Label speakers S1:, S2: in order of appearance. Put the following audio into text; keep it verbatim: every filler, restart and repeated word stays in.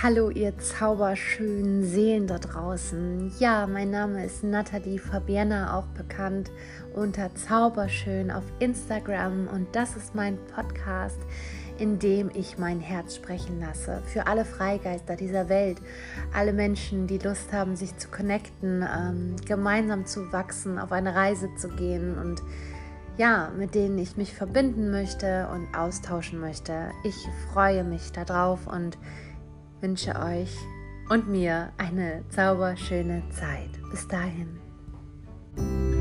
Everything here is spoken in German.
S1: Hallo ihr zauberschönen Seelen da draußen. Ja, mein Name ist Nathalie Fabiana, auch bekannt unter Zauberschön auf Instagram, und das ist mein Podcast, in dem ich mein Herz sprechen lasse. Für alle Freigeister dieser Welt, alle Menschen, die Lust haben, sich zu connecten, ähm, gemeinsam zu wachsen, auf eine Reise zu gehen und ja, mit denen ich mich verbinden möchte und austauschen möchte. Ich freue mich darauf und wünsche euch und mir eine zauberschöne Zeit. Bis dahin.